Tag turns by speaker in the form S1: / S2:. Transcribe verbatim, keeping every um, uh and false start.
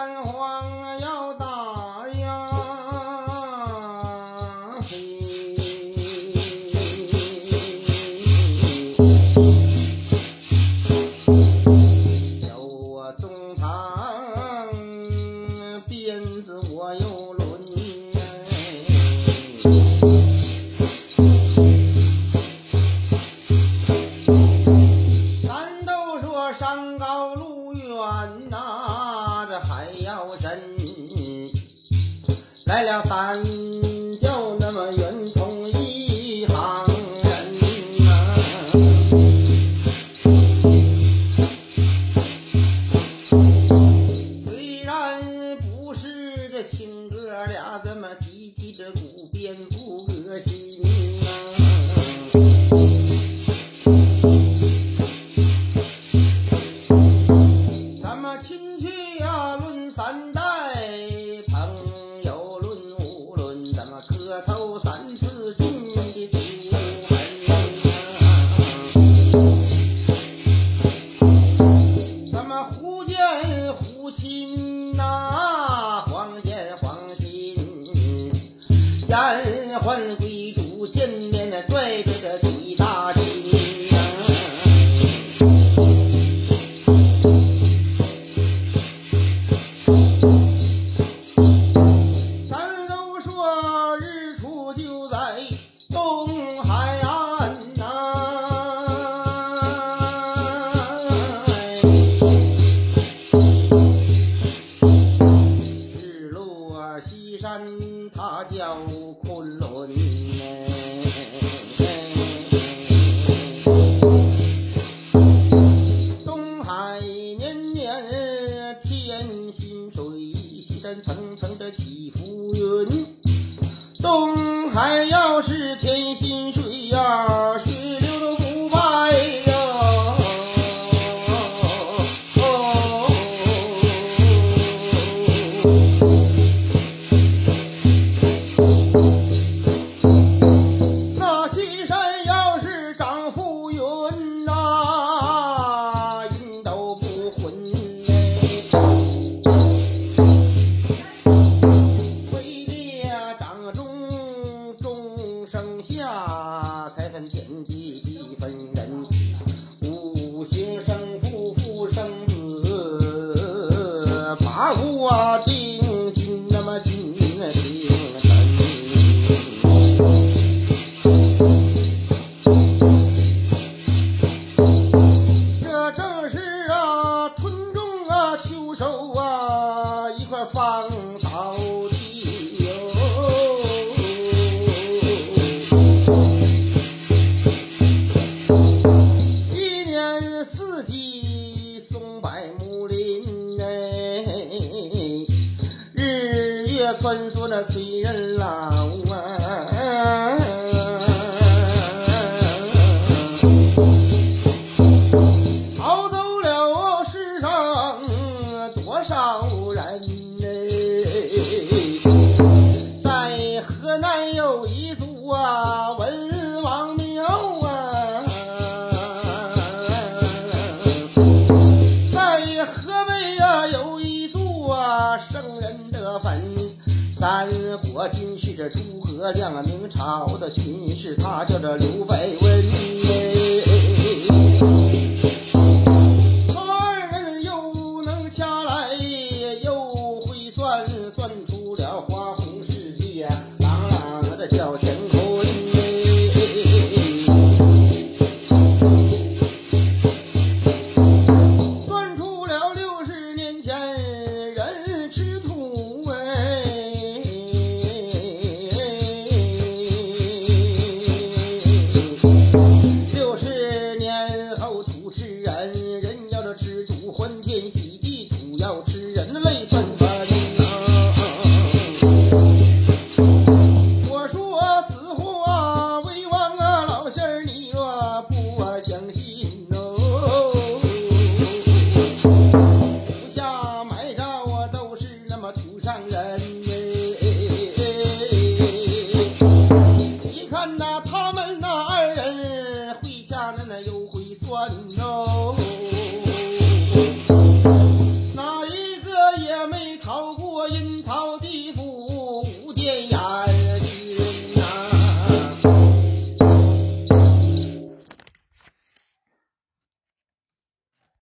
S1: 三皇要打呀，嘿，有我中堂鞭子我又抡，咱都说山高路远呐，这还要深，来了三就那么远从一行人呐，虽然不是这亲哥俩，这么提起这鼓鞭不恶心呐，咱们亲戚呀论三代，朋友论五伦，咱们磕头三次敬的祖坟，咱们忽见忽亲呐，晃见晃亲，言欢归主见面拽着这地大亲它叫昆仑，东海年年天心水，西山层层的起浮云，东海要是天心水呀，水流都不白呀，生下才分天地地分人，五行生父父生子，八股啊定金那么金定神，这正是啊春种啊秋收啊一块芳草地哟。穿梭着催人老啊，跑走了世上多少人呢？在河南有一座啊文王庙啊，在河北啊有一座啊圣人的坟。三国军师这诸葛亮啊，明朝的军师他叫这刘备文，二人又能掐来又会算，算出了花红世界，朗朗的叫乾坤，算出了六十年前人吃土哎。一看呐，他们呐